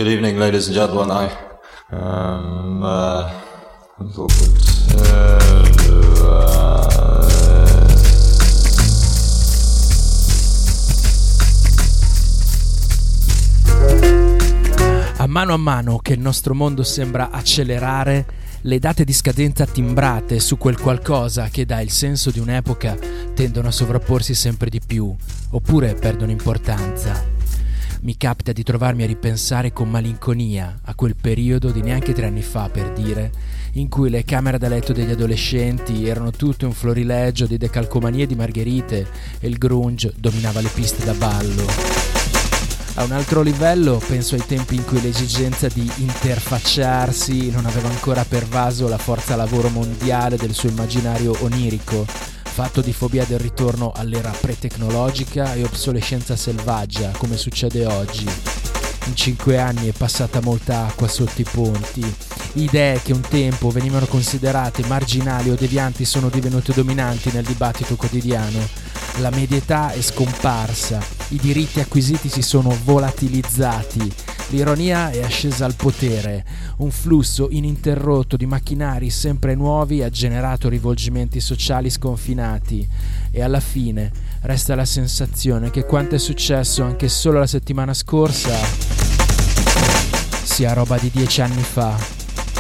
Good evening, ladies and gentlemen. A mano che il nostro mondo sembra accelerare, le date di scadenza timbrate su quel qualcosa che dà il senso di un'epoca tendono a sovrapporsi sempre di più, oppure perdono importanza. Mi capita di trovarmi a ripensare con malinconia a quel periodo di neanche 3 anni fa, per dire, in cui le camere da letto degli adolescenti erano tutto un florilegio di decalcomanie di margherite e il grunge dominava le piste da ballo. A un altro livello penso ai tempi in cui l'esigenza di interfacciarsi non aveva ancora pervaso la forza lavoro mondiale del suo immaginario onirico, fatto di fobia del ritorno all'era pre-tecnologica e obsolescenza selvaggia, come succede oggi. In 5 anni è passata molta acqua sotto i ponti. Idee che un tempo venivano considerate marginali o devianti sono divenute dominanti nel dibattito quotidiano. La media età è scomparsa, i diritti acquisiti si sono volatilizzati, l'ironia è ascesa al potere, un flusso ininterrotto di macchinari sempre nuovi ha generato rivolgimenti sociali sconfinati e alla fine resta la sensazione che quanto è successo anche solo la settimana scorsa sia roba di 10 anni fa.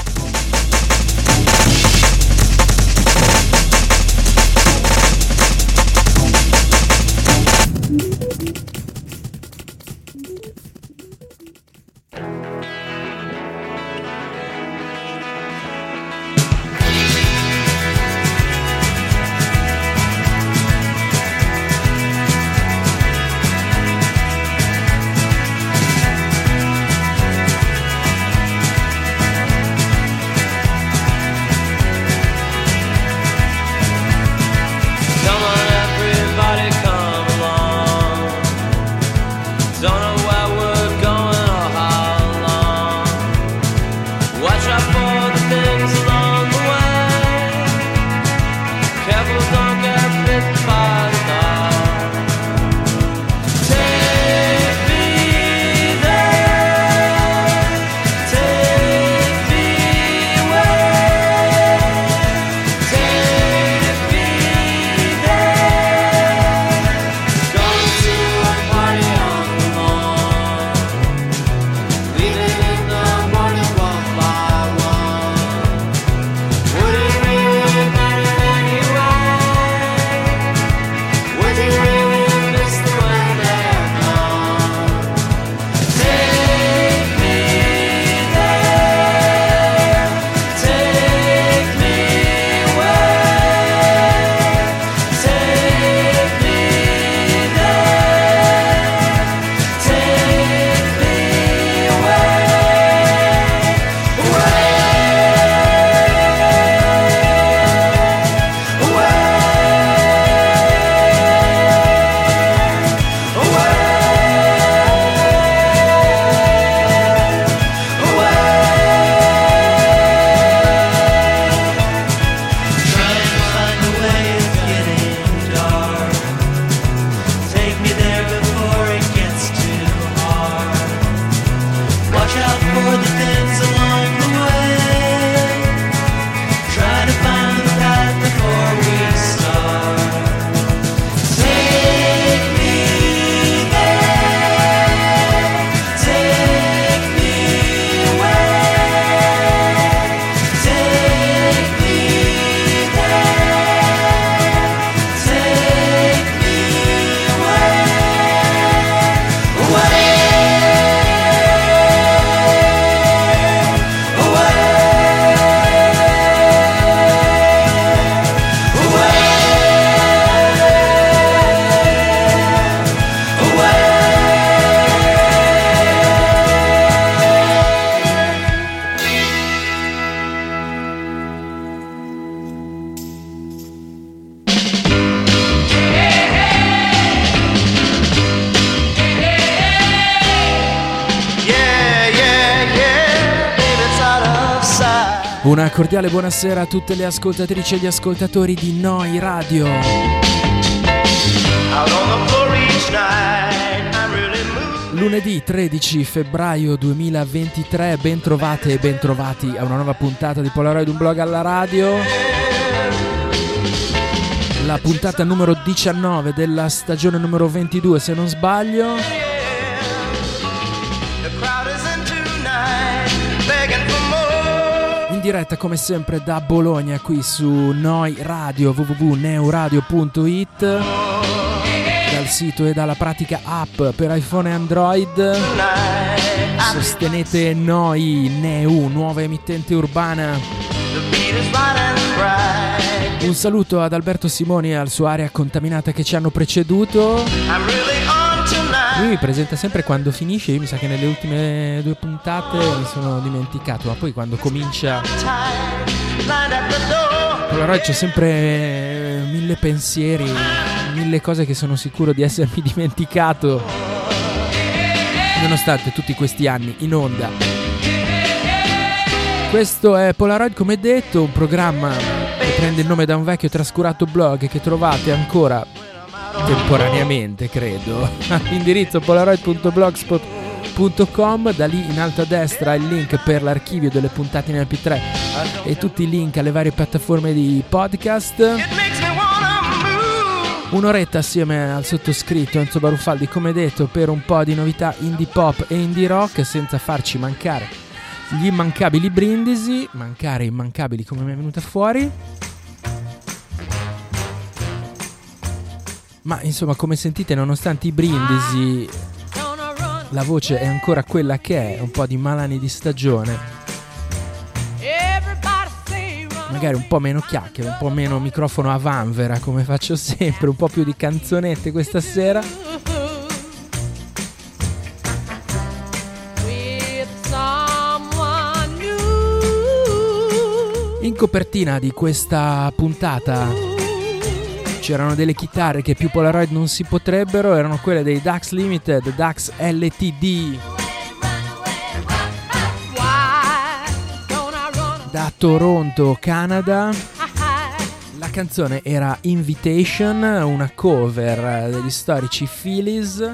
Una cordiale buonasera a tutte le ascoltatrici e gli ascoltatori di Noi Radio. Lunedì 13 febbraio 2023, ben trovate e ben trovati a una nuova puntata di Polaroid, un blog alla radio. La puntata numero 19 della stagione numero 22, se non sbaglio. In diretta come sempre da Bologna qui su Noi Radio, www.neuradio.it, dal sito e dalla pratica app per iPhone e Android. Sostenete Noi, Neu, nuova emittente urbana. Un saluto ad Alberto Simoni e al suo area contaminata che ci hanno preceduto. Lui mi presenta sempre quando finisce, io mi sa che nelle ultime 2 puntate mi sono dimenticato, ma poi quando comincia allora c'ho sempre 1000 pensieri, 1000 cose che sono sicuro di essermi dimenticato, nonostante tutti questi anni in onda. Questo è Polaroid, come detto, un programma che prende il nome da un vecchio trascurato blog che trovate ancora temporaneamente, credo, all'indirizzo polaroid.blogspot.com. Da lì in alto a destra il link per l'archivio delle puntate in MP3 e tutti i link alle varie piattaforme di podcast. Un'oretta assieme al sottoscritto Enzo Baruffaldi, come detto, per un po' di novità indie pop e indie rock, senza farci mancare gli immancabili brindisi, mancare immancabili come mi è venuta fuori. Ma insomma, come sentite, nonostante i brindisi, la voce è ancora quella che è, un po' di malani di stagione. Magari un po' meno chiacchiere, un po' meno microfono a vanvera come faccio sempre, un po' più di canzonette questa sera. In copertina di questa puntata c'erano delle chitarre che più Polaroid non si potrebbero, erano quelle dei Dax Limited, Dax LTD, da Toronto, Canada. La canzone era Invitation, una cover degli storici Phillies.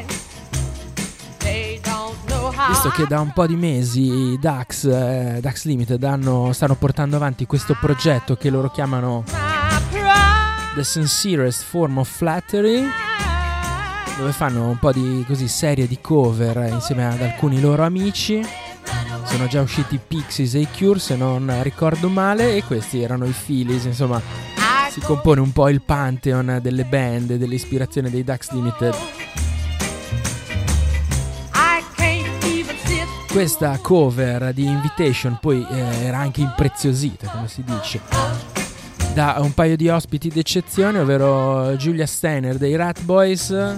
Visto che da un po' di mesi i Dax Limited stanno portando avanti questo progetto che loro chiamano The Sincerest Form of Flattery, dove fanno un po' di serie di cover insieme ad alcuni loro amici. Sono già usciti Pixies e i Cure, se non ricordo male, e questi erano i Phillies. Insomma, si compone un po' il pantheon delle band e dell'ispirazione dei Dax Limited. Questa cover di Invitation poi era anche impreziosita, come si dice, da un paio di ospiti d'eccezione, ovvero Julia Steiner dei Rat Boys e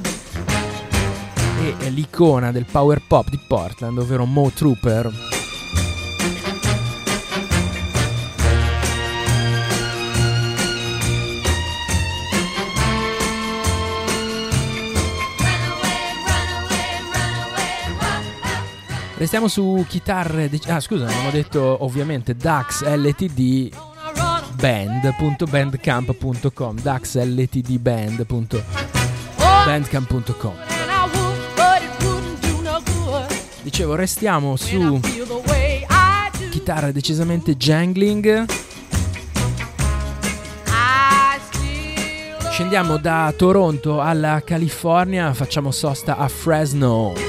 l'icona del power pop di Portland, ovvero Mo Trooper. Restiamo su chitarre scusa, non ho detto ovviamente Dax LTD band.bandcamp.com, daxltdband.bandcamp.com. Dicevo, restiamo su chitarre decisamente jangling. Scendiamo da Toronto alla California, facciamo sosta a Fresno.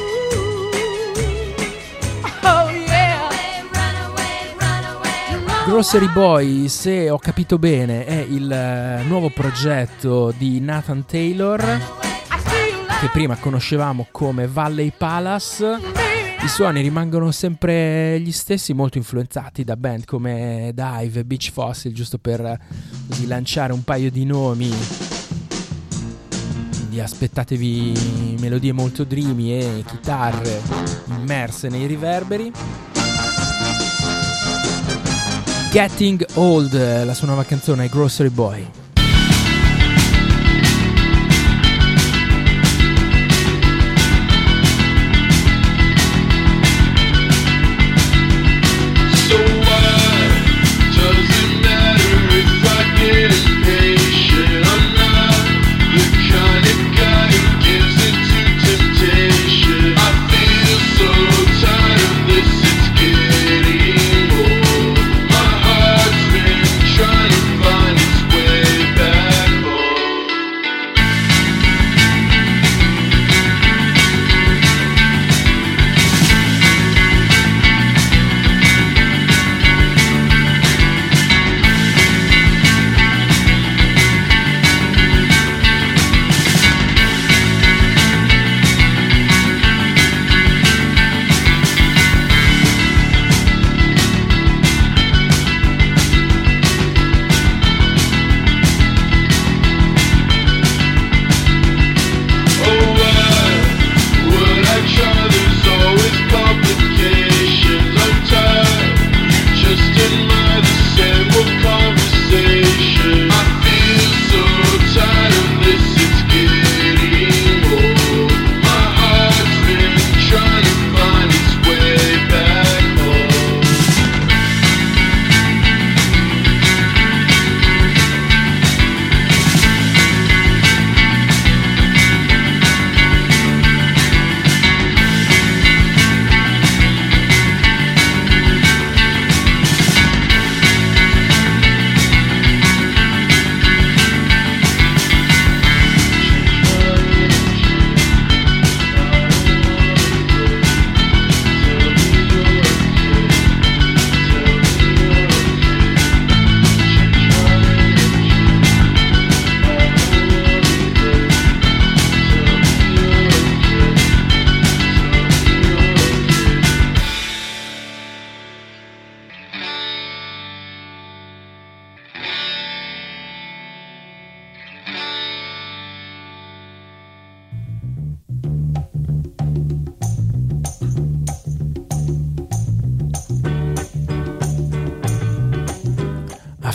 Grocery Boy, se ho capito bene, è il nuovo progetto di Nathan Taylor, che prima conoscevamo come Valley Palace. I suoni rimangono sempre gli stessi, molto influenzati da band come Dive e Beach Fossil, giusto per così lanciare un paio di nomi. Quindi aspettatevi melodie molto dreamy e chitarre immerse nei riverberi. Getting Old, la sua nuova canzone, Grocery Boy. I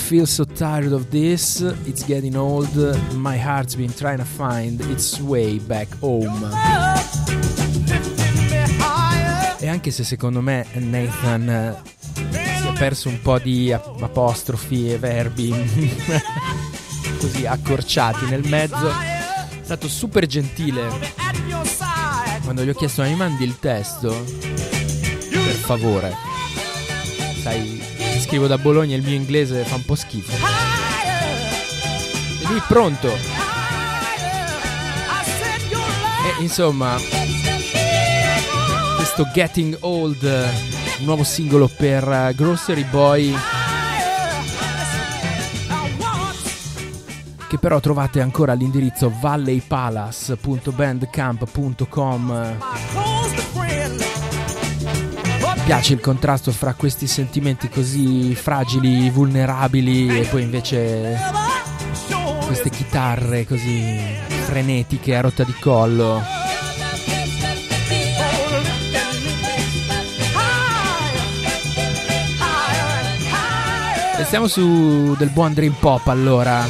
feel so tired of this, it's getting old, my heart's been trying to find its way back home. E anche se secondo me Nathan si è perso un po' di apostrofi e verbi così accorciati nel mezzo, è stato super gentile quando gli ho chiesto: ma mi mandi il testo? Per favore. Sai, scrivo da Bologna, il mio inglese fa un po' schifo. E lui pronto. E insomma, questo Getting Old, un nuovo singolo per Grocery Boy, che però trovate ancora all'indirizzo valleypalace.bandcamp.com. Mi piace il contrasto fra questi sentimenti così fragili, vulnerabili, e poi invece queste chitarre così frenetiche a rotta di collo. E stiamo su del buon dream pop allora.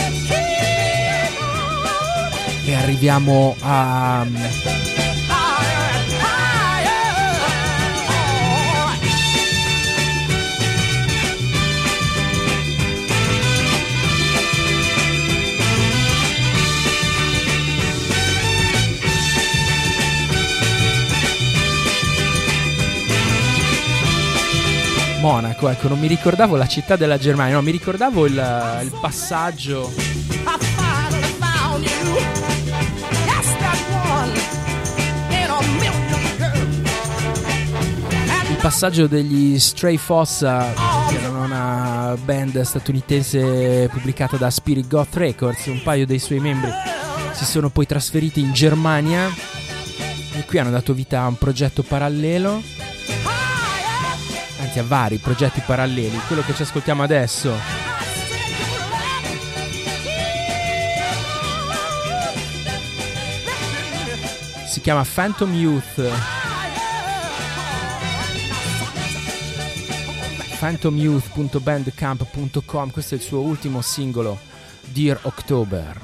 E arriviamo a Monaco. Ecco, non mi ricordavo la città della Germania, no, mi ricordavo il passaggio degli Stray Fossa, che erano una band statunitense pubblicata da Spirit Goth Records. Un paio dei suoi membri si sono poi trasferiti in Germania e qui hanno dato vita a un progetto parallelo, anzi a vari progetti paralleli. Quello che ci ascoltiamo adesso si chiama Phantom Youth. phantomyouth.bandcamp.com. Questo è il suo ultimo singolo, Dear October.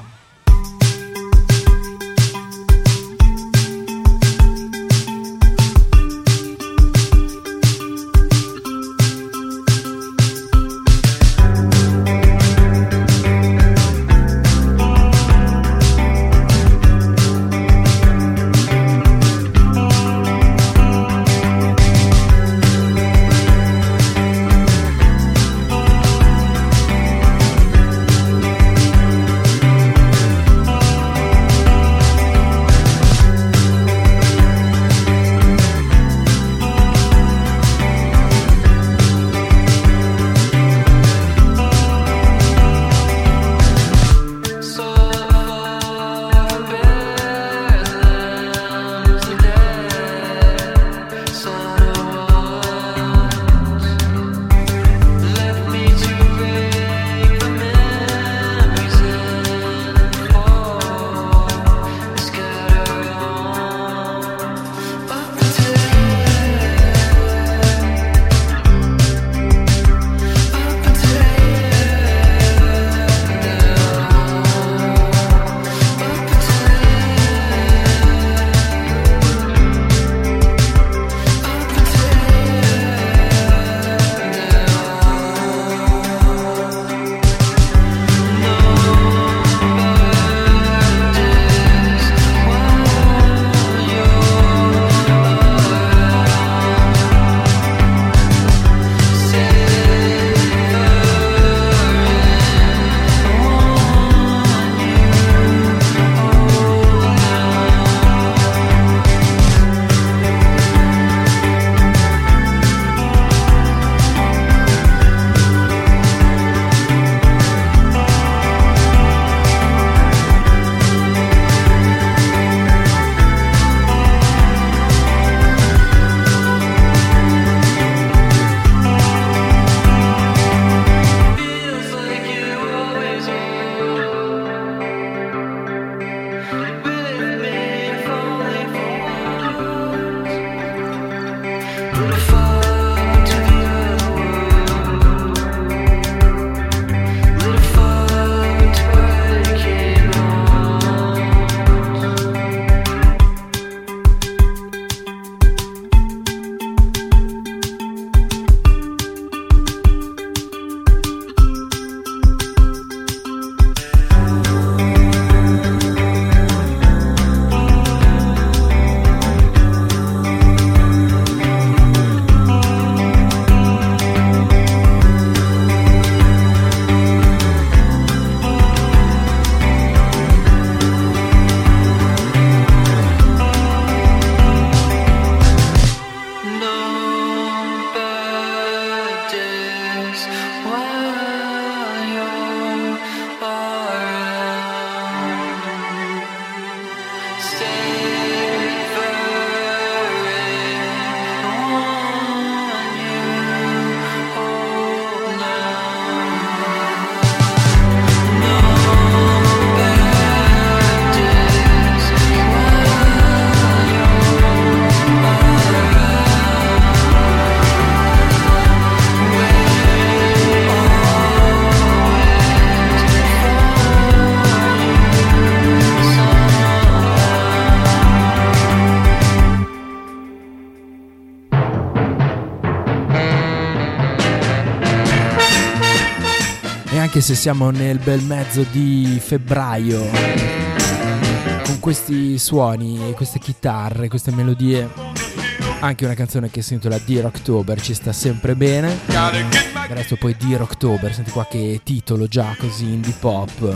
anche se siamo nel bel mezzo di febbraio, con questi suoni, queste chitarre, queste melodie, anche una canzone che si intitola Dear October ci sta sempre bene. Del resto poi Dear October, senti qua che titolo già così indie pop.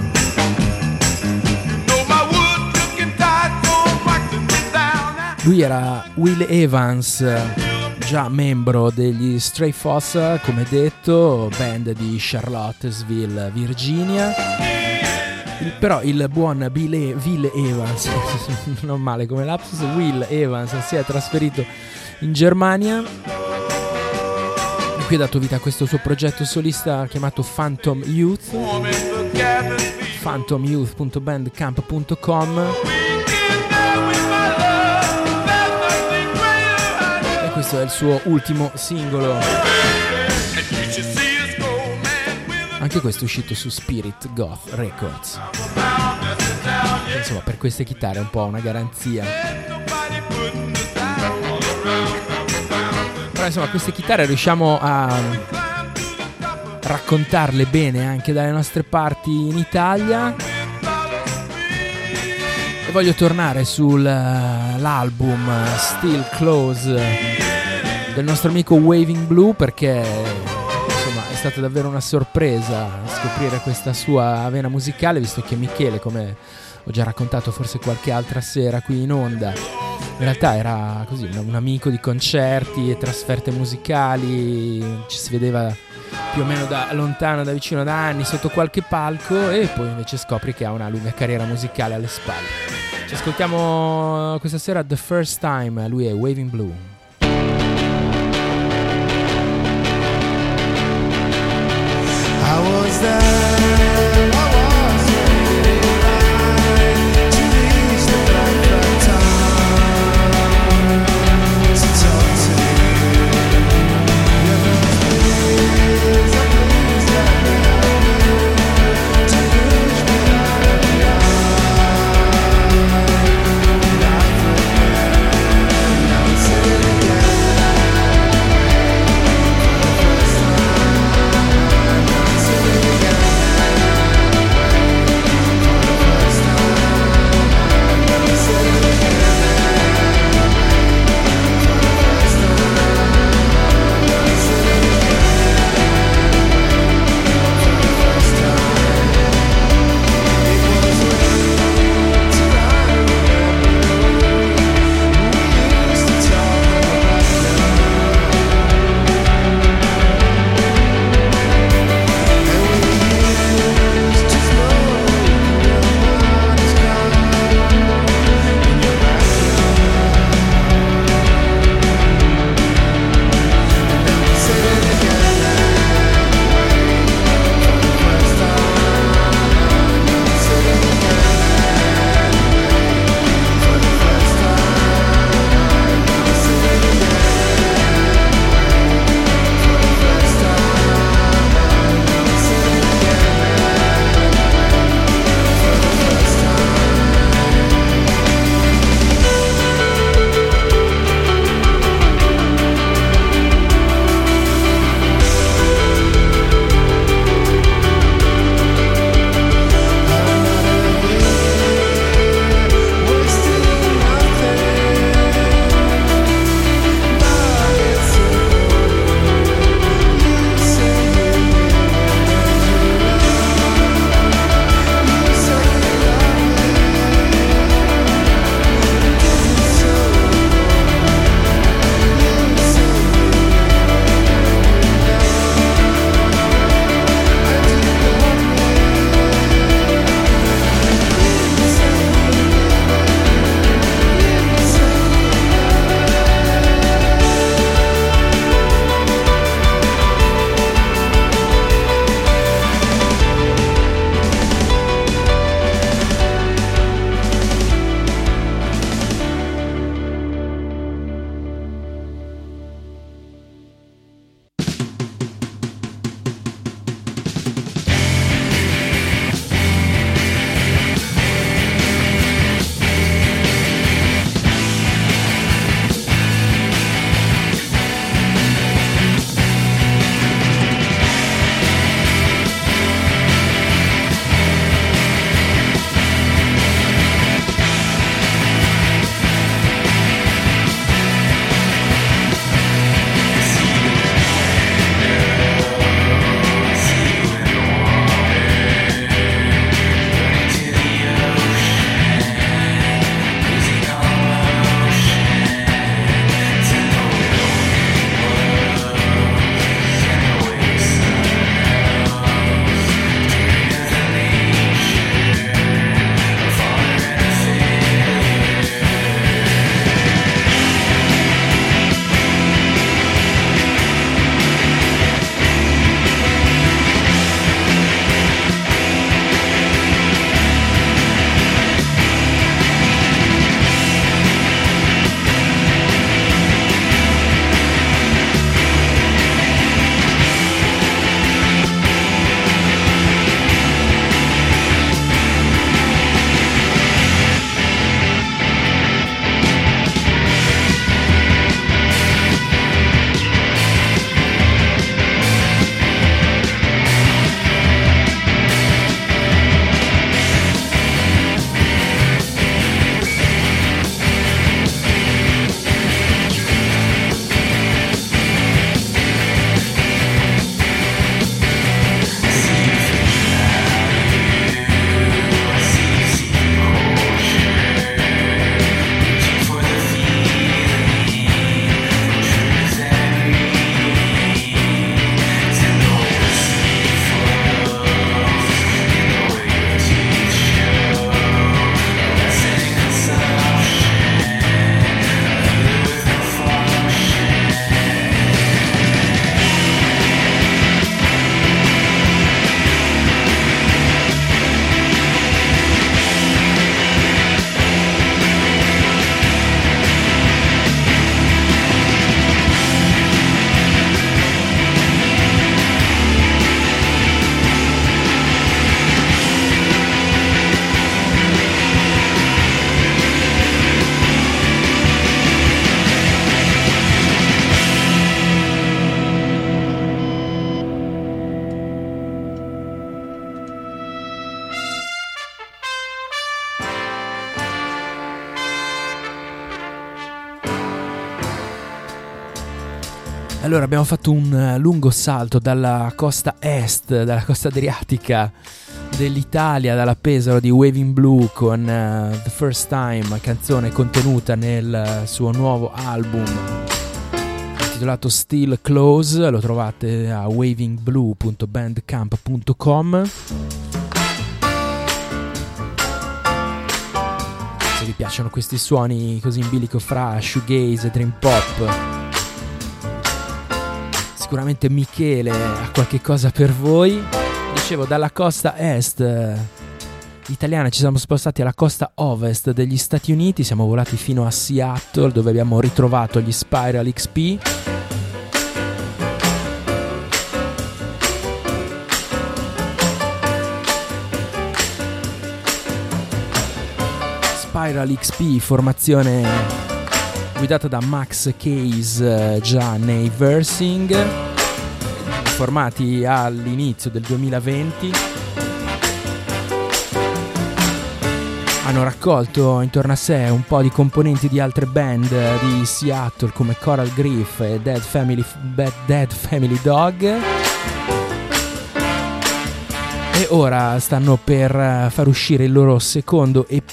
Lui era Will Evans, già membro degli Stray Foss, come detto, band di Charlottesville, Virginia. Però il buon Will Evans, non male come lapsus, Will Evans si è trasferito in Germania e qui ha dato vita a questo suo progetto solista chiamato Phantom Youth, phantomyouth.bandcamp.com. Questo è il suo ultimo singolo. Anche questo è uscito su Spirit Goth Records. Insomma, per queste chitarre è un po' una garanzia. Però insomma, queste chitarre riusciamo a raccontarle bene anche dalle nostre parti in Italia. E voglio tornare sull'album Still Close del nostro amico Waving Blue, perché insomma è stata davvero una sorpresa scoprire questa sua vena musicale, visto che Michele, come ho già raccontato forse qualche altra sera qui in onda, in realtà era così un amico di concerti e trasferte musicali, ci si vedeva più o meno da lontano, da vicino, da anni sotto qualche palco, e poi invece scopri che ha una lunga carriera musicale alle spalle. Ci ascoltiamo questa sera The First Time, lui è Waving Blue. I was there, I was waiting in line to reach the perfect time to talk to you. Please let me help you to push me out of the eye. Not forget, now it's Allora abbiamo fatto un lungo salto dalla costa est, dalla costa adriatica dell'Italia, dalla Pesaro di Waving Blue con The First Time, canzone contenuta nel suo nuovo album intitolato Still Close. Lo trovate a wavingblue.bandcamp.com. Se vi piacciono questi suoni così in bilico fra shoegaze e dream pop, sicuramente Michele ha qualche cosa per voi. Dicevo, dalla costa est italiana ci siamo spostati alla costa ovest degli Stati Uniti, siamo volati fino a Seattle dove abbiamo ritrovato gli Spiral XP. Spiral XP, formazione guidata da Max Case già nei Versing, formati all'inizio del 2020. Hanno raccolto intorno a sé un po' di componenti di altre band di Seattle come Coral Grief e Dead Family Dog, e ora stanno per far uscire il loro secondo EP.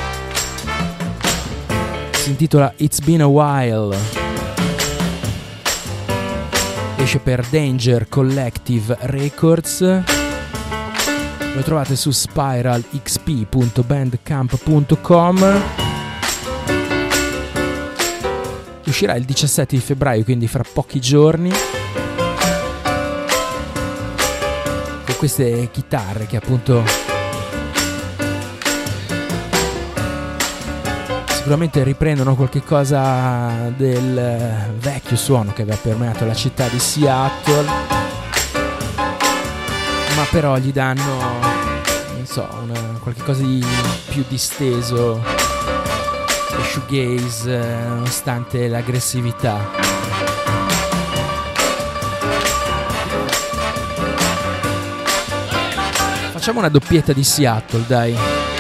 Si intitola It's Been a While, esce per Danger Collective Records, lo trovate su spiralxp.bandcamp.com. Uscirà il 17 di febbraio, quindi fra pochi giorni, con queste chitarre che appunto sicuramente riprendono qualche cosa del vecchio suono che aveva permeato la città di Seattle, ma però gli danno, non so, qualche cosa di più disteso e shoegaze, nonostante l'aggressività. Facciamo una doppietta di Seattle, dai.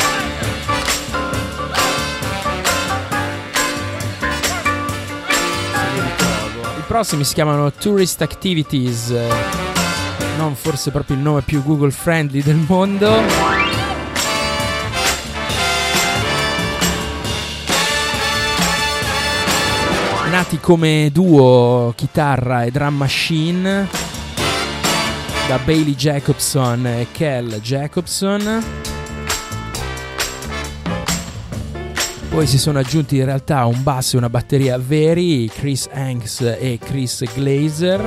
I prossimi si chiamano Tourist Activities, non forse proprio il nome più Google friendly del mondo. Nati come duo chitarra e drum machine da Bailey Jacobson e Kel Jacobson. Poi si sono aggiunti in realtà un basso e una batteria veri, Chris Hanks e Chris Glazer.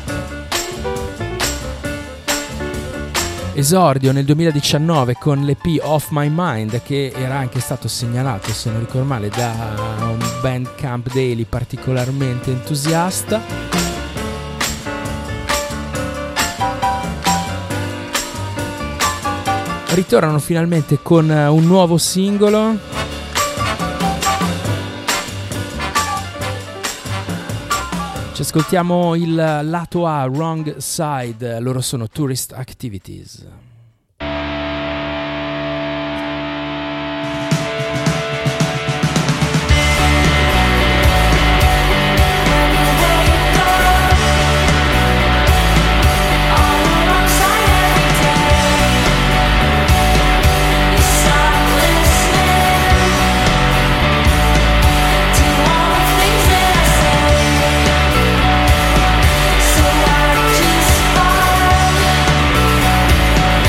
Esordio nel 2019 con l'EP Off My Mind, che era anche stato segnalato, se non ricordo male, da un Bandcamp Daily particolarmente entusiasta. Ritornano finalmente con un nuovo singolo. Ci ascoltiamo il lato A, Wrong Side, loro sono Tourist Activities. So I just fall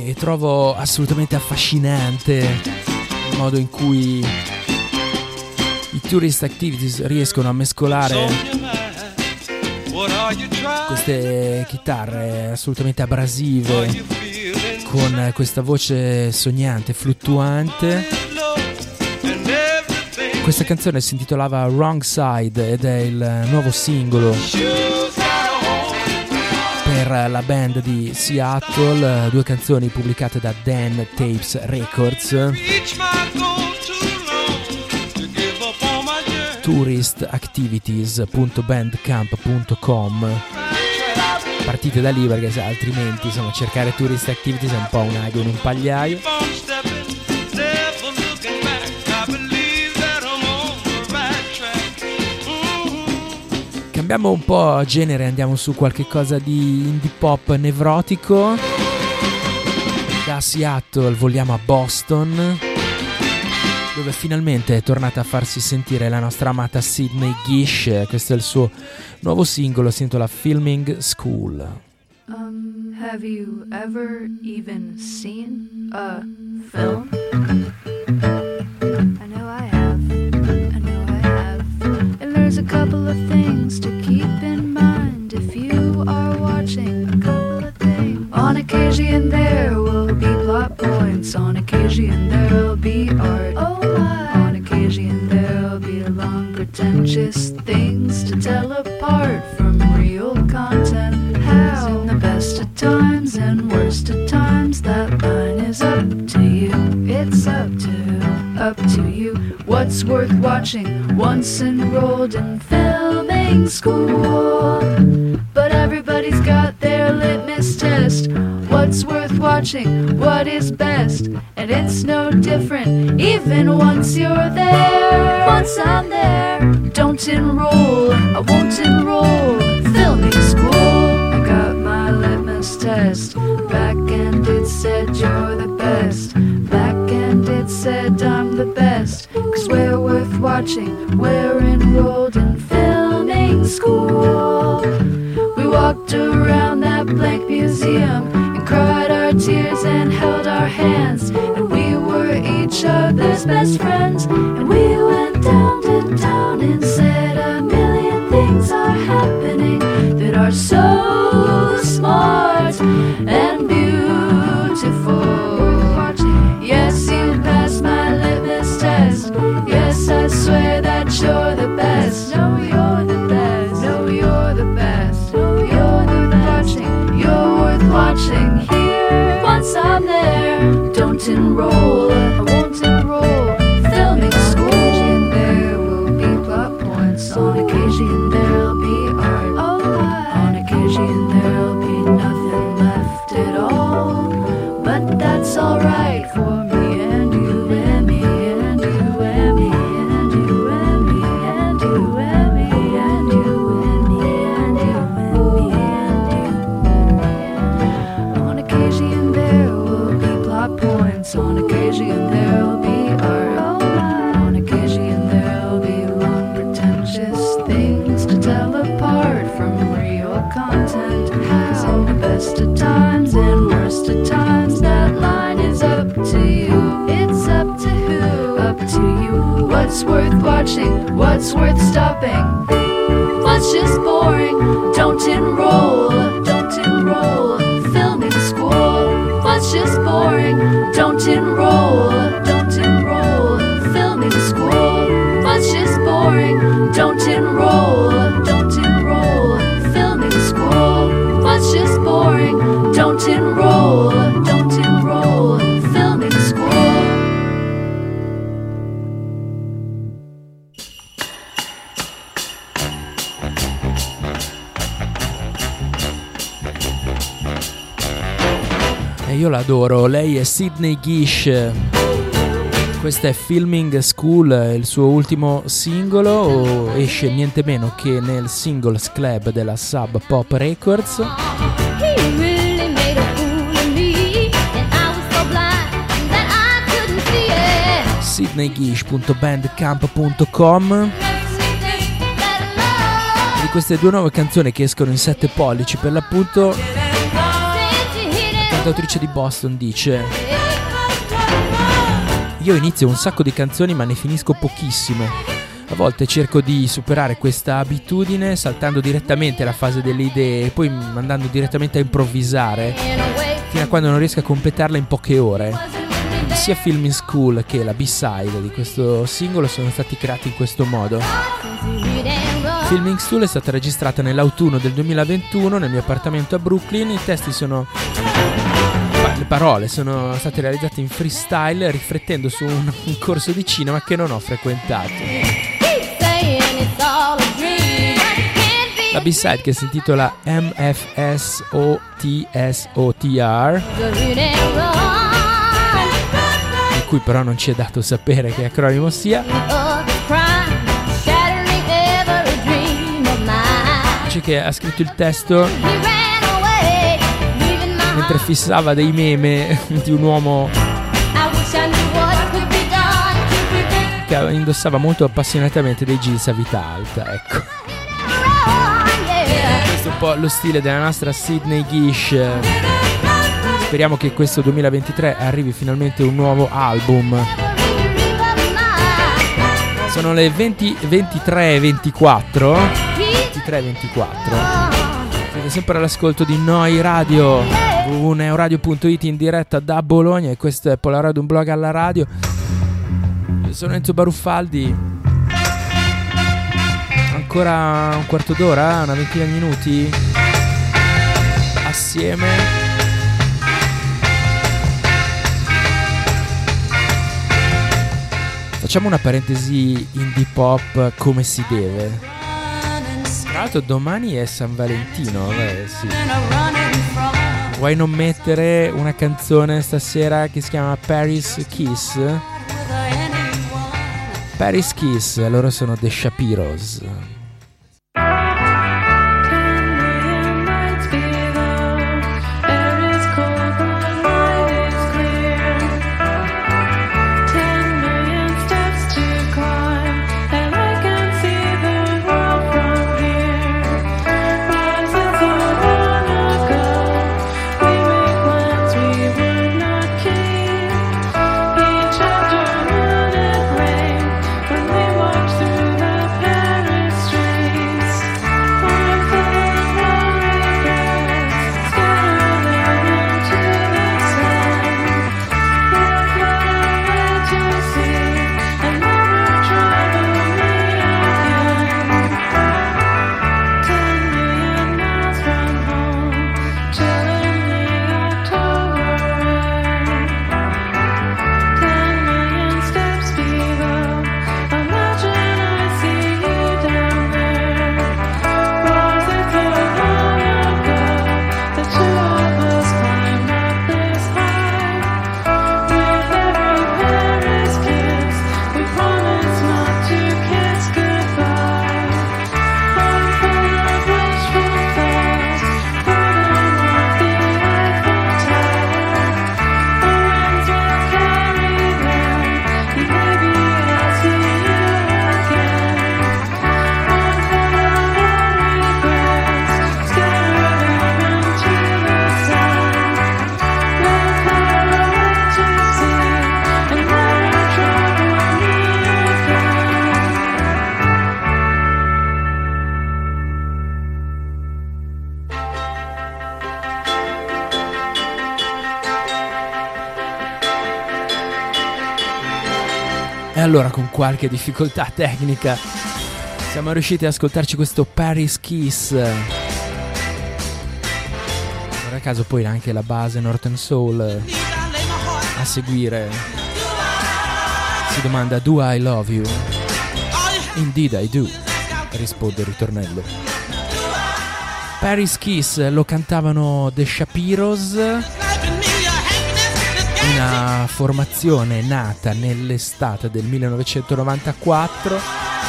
e trovo assolutamente affascinante il modo in cui i Tourist Activities riescono a mescolare queste chitarre assolutamente abrasive con questa voce sognante, fluttuante. Questa canzone si intitolava Wrong Side ed è il nuovo singolo per la band di Seattle, 2 canzoni pubblicate da Dan Tapes Records. touristactivities.bandcamp.com. Partite da lì perché altrimenti insomma cercare Tourist Activities è un po' un ago in un pagliaio. Cambiamo un po' genere, andiamo su qualche cosa di indie pop nevrotico. Da Seattle vogliamo a Boston, dove finalmente è tornata a farsi sentire la nostra amata Sydney Gish. Questo è il suo nuovo singolo, si intitola Filming School. Have you ever even seen a film? I know I have. And there's a couple of things to keep in mind if you are watching a couple of things. On occasion there will be plot points, on occasion there'll be art. Oh my. On occasion there'll be long pretentious things to tell apart from real content. How in the best of times and worst of times, that line is up to you. It's up to you. What's worth watching once enrolled in filming school? But everybody's got their litmus test. What's worth watching? What is best? And it's no different even once you're there. Once I'm there, don't enroll, I won't enroll. Filming school, I got my litmus test. Back and it said you're the best. Back and it said I'm the best. 'Cause we're worth watching, we're enrolled in filming school. We walked around that blank museum and cried our tears and held our hands, and we were each other's best friends. And we went down to town and said a million things are happening that are so smart and beautiful. Yes, you passed my litmus test. Yes, I swear that you're the best. No, you're the best. No, you're the best. No, you're the watching. You're worth watching here. Once I'm there, don't enroll. I won't enroll. Filming school. And there will be plot points. On occasion there'll be art. Oh, on occasion there'll be nothing left at all. But that's alright for me and you and me and you and me and you and me and you and me and you and me and you and me and you. On occasion there will be plot points. On occasion there'll be art. On occasion there'll be long pretentious things to tell apart from real content. 'Cause in the best of times and worst of times, that line is up to you. It's up to who? Up to you. What's worth watching? What's worth stopping? What's just boring? Don't enroll. Don't enroll. Filming school. What's just boring? Don't enroll. Don't enroll. Filming school. What's just boring? Don't enroll. Don't enroll. Filming school. What's just boring? Don't enroll. Don't enroll. Filming school. E io l'adoro, lei è Sydney Gish. Questa è Filming School, il suo ultimo singolo, esce niente meno che nel Singles Club della Sub Pop Records. sydneygish.bandcamp.com. Di queste 2 nuove canzoni che escono in 7 pollici per l'appunto, cantautrice di Boston dice: io inizio un sacco di canzoni ma ne finisco pochissime. A volte cerco di superare questa abitudine saltando direttamente la fase delle idee e poi andando direttamente a improvvisare fino a quando non riesco a completarla in poche ore. Sia Filming School che la B-side di questo singolo sono stati creati in questo modo. Filming School è stata registrata nell'autunno del 2021 nel mio appartamento a Brooklyn. I testi le parole sono state realizzate in freestyle riflettendo su un corso di cinema che non ho frequentato. La B-side, che si intitola MFSOTSOTR, di cui però non ci è dato sapere che acronimo sia, dice che ha scritto il testo mentre fissava dei meme di un uomo che indossava molto appassionatamente dei jeans a vita alta, ecco. Questo è un po' lo stile della nostra Sydney Gish. Speriamo che questo 2023 arrivi finalmente un nuovo album. Sono le 23:24. Siete sempre all'ascolto di Noi Radio, www.neoradio.it, in diretta da Bologna, e questo è Polaroid, un blog alla radio. Io sono Enzo Baruffaldi. Ancora un quarto d'ora, una ventina di minuti assieme. Facciamo una parentesi indie pop come si deve. Tra l'altro domani è San Valentino, sì. Vuoi non mettere una canzone stasera che si chiama Paris Kiss? Paris Kiss, loro sono The Shapiros. E allora, con qualche difficoltà tecnica, siamo riusciti ad ascoltarci questo Paris Kiss. Per caso poi anche la base Northern Soul a seguire. Si domanda: do I love you? Indeed I do, risponde il ritornello. Paris Kiss lo cantavano The Shapiros, una formazione nata nell'estate del 1994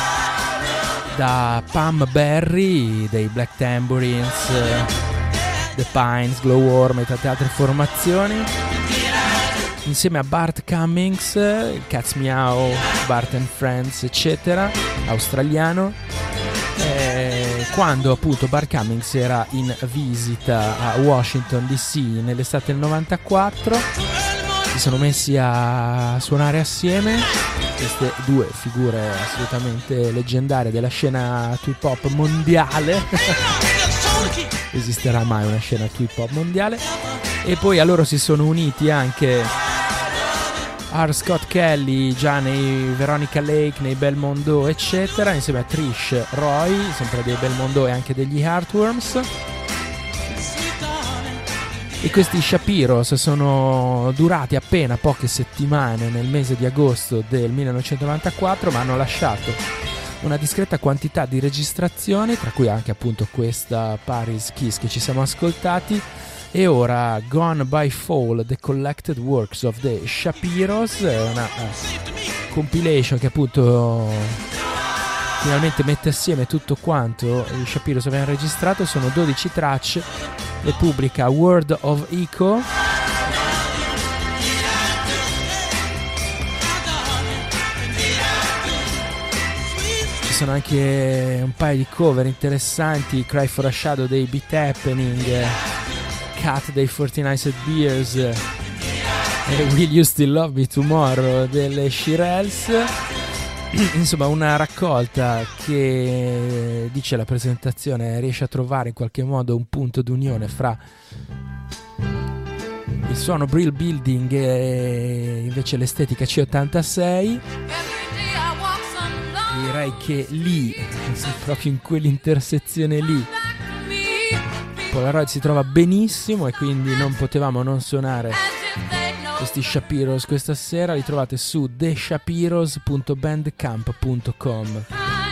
da Pam Berry dei Black Tambourines, The Pines, Glowworm e tante altre formazioni, insieme a Bart Cummings, Cats Meow, Bart and Friends, eccetera, australiano. quando appunto Bart Cummings era in visita a Washington DC nell'estate del 94. Si sono messi a suonare assieme, queste due figure assolutamente leggendarie della scena trip hop mondiale. Esisterà mai una scena trip hop mondiale? E poi a loro si sono uniti anche R. Scott Kelly, già nei Veronica Lake, nei Belmondo eccetera, insieme a Trish Roy, sempre dei Belmondo e anche degli Heartworms. E questi Shapiros sono durati appena poche settimane nel mese di agosto del 1994, ma hanno lasciato una discreta quantità di registrazioni, tra cui anche appunto questa Paris Kiss che ci siamo ascoltati. E ora Gone by Fall, The Collected Works of the Shapiros, una compilation che appunto finalmente mette assieme tutto quanto i Shapiros avevano registrato. Sono 12 tracce, le pubblica World of Echo. Ci sono anche un paio di cover interessanti, Cry for a Shadow dei Beat Happening, Cat dei 49 Cent Beers e Will You Still Love Me Tomorrow delle Shirelles. Insomma, una raccolta che, dice la presentazione, riesce a trovare in qualche modo un punto d'unione fra il suono Brill Building e invece l'estetica C86. Direi che lì, proprio in quell'intersezione lì, Polaroid si trova benissimo e quindi non potevamo non suonare questi Shapiros questa sera. Li trovate su theshapiros.bandcamp.com.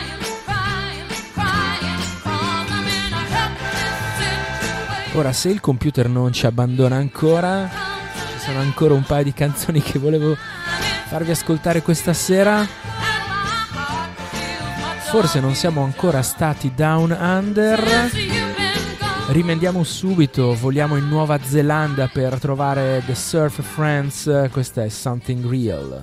Ora, se il computer non ci abbandona ancora, ci sono ancora un paio di canzoni che volevo farvi ascoltare questa sera. Forse non siamo ancora stati down under. Rimendiamo subito, voliamo in Nuova Zelanda per trovare The Surf Friends. Questa è Something Real.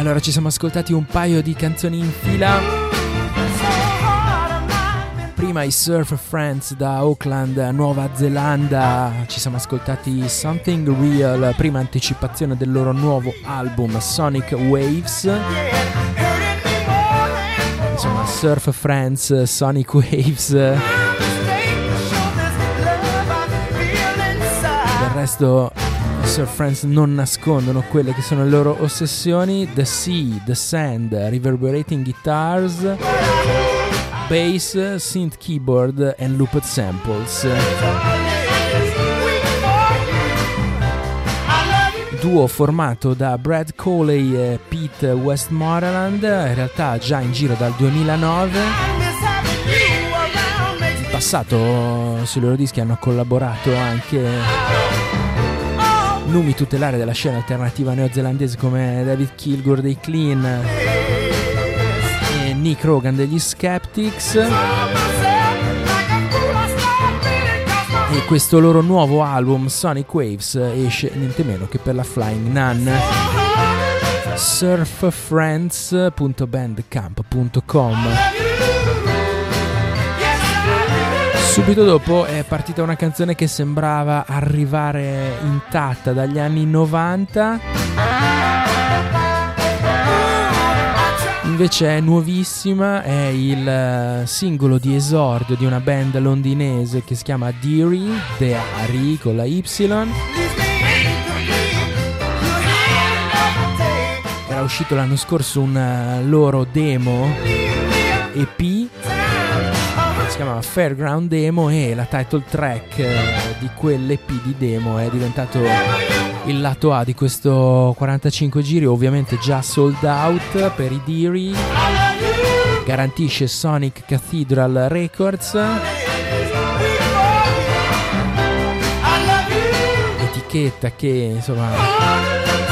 Allora ci siamo ascoltati un paio di canzoni in fila. Prima i Surf Friends da Auckland, Nuova Zelanda. Ci siamo ascoltati Something Real, prima anticipazione del loro nuovo album Sonic Waves. Insomma, Surf Friends, Sonic Waves. Del resto i Surf Friends non nascondono quelle che sono le loro ossessioni: The Sea, The Sand, Reverberating Guitars, Bass, Synth Keyboard and Looped Samples. Duo formato da Brad Coley e Pete Westmoreland, in realtà già in giro dal 2009. In passato sui loro dischi hanno collaborato anche numi tutelari della scena alternativa neozelandese come David Kilgour dei Clean e Nick Rogan degli Skeptics. E questo loro nuovo album Sonic Waves esce niente meno che per la Flying Nun. surffriends.bandcamp.com. Subito dopo è partita una canzone che sembrava arrivare intatta dagli anni 90, invece è nuovissima, è il singolo di esordio di una band londinese che si chiama Deary con la Y. Era uscito l'anno scorso un loro demo EP, si chiamava Fairground Demo, e la title track di quell'EP di demo è diventato il lato A di questo 45 giri, ovviamente già sold out per i Deary. Garantisce Sonic Cathedral Records, etichetta che insomma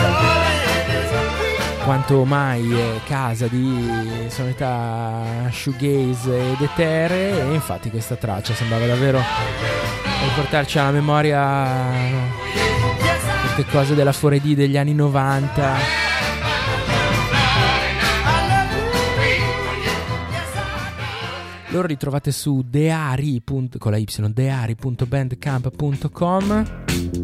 quanto mai è casa di sonorità shoegaze ed etere, e infatti questa traccia sembrava davvero riportarci alla memoria queste cose della 4D degli anni 90. Loro li trovate su deary.bandcamp.com.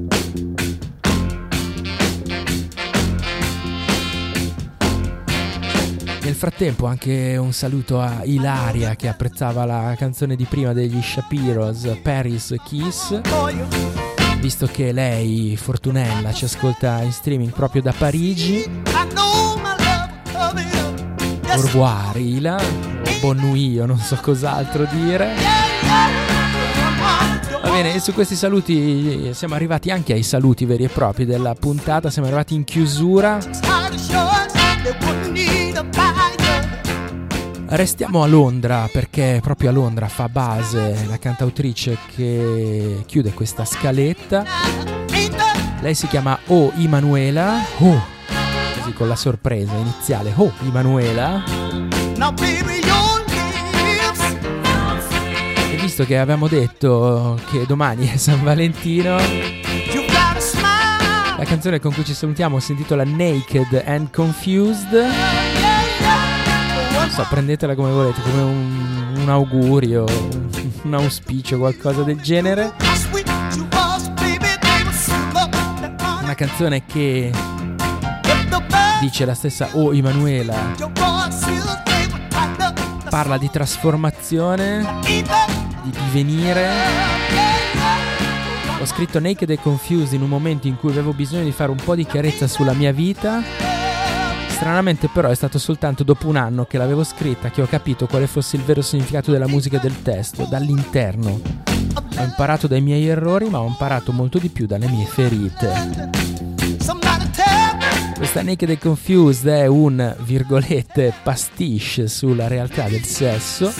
Nel frattempo anche un saluto a Ilaria che apprezzava la canzone di prima degli Shapiros, Paris Kiss, visto che lei, Fortunella, ci ascolta in streaming proprio da Parigi. Au revoir Ila, o bon nuit, o non so cos'altro dire. Va bene, e su questi saluti siamo arrivati anche ai saluti veri e propri della puntata, siamo arrivati in chiusura. Restiamo a Londra perché proprio a Londra fa base la cantautrice che chiude questa scaletta. Lei si chiama O Emanuela, così con la sorpresa iniziale, O Emanuela. E visto che avevamo detto che domani è San Valentino, la canzone con cui ci salutiamo si intitola Naked and Confused. Non so, prendetela come volete, come un augurio, un auspicio, qualcosa del genere. Una canzone che dice la stessa O Emanuela, parla di trasformazione, di divenire. Ho scritto Naked and Confused in un momento in cui avevo bisogno di fare un po' di chiarezza sulla mia vita. Stranamente però è stato soltanto dopo un anno che l'avevo scritta che ho capito quale fosse il vero significato della musica e del testo, dall'interno. Ho imparato dai miei errori, ma ho imparato molto di più dalle mie ferite. Questa Naked and Confused è un, virgolette, pastiche sulla realtà del sesso.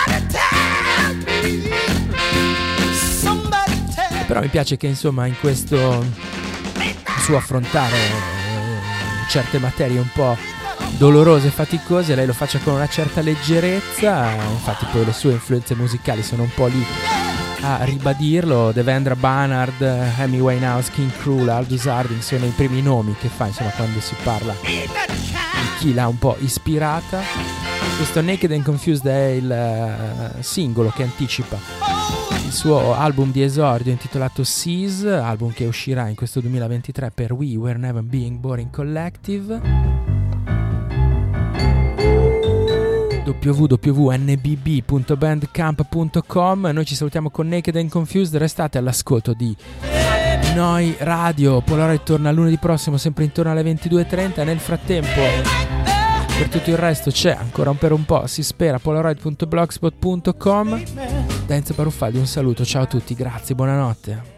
Però mi piace che insomma in questo suo affrontare certe materie un po' dolorose e faticose lei lo faccia con una certa leggerezza. Infatti poi le sue influenze musicali sono un po' lì a ribadirlo. Devendra Banhart, Amy Winehouse, King Krul, Aldous Harding sono i primi nomi che fa, insomma, quando si parla di chi l'ha un po' ispirata. Questo Naked and Confused è il singolo che anticipa il suo album di esordio intitolato Seas, album che uscirà in questo 2023 per We Were Never Being Boring Collective. www.nbb.bandcamp.com. Noi ci salutiamo con Naked and Confused. Restate all'ascolto di Noi Radio. Polaroid torna lunedì prossimo sempre intorno alle 22:30. Nel frattempo, per tutto il resto c'è ancora per un po', si spera, polaroid.blogspot.com. Da Enzo Baruffaldi un saluto, ciao a tutti, grazie, buonanotte.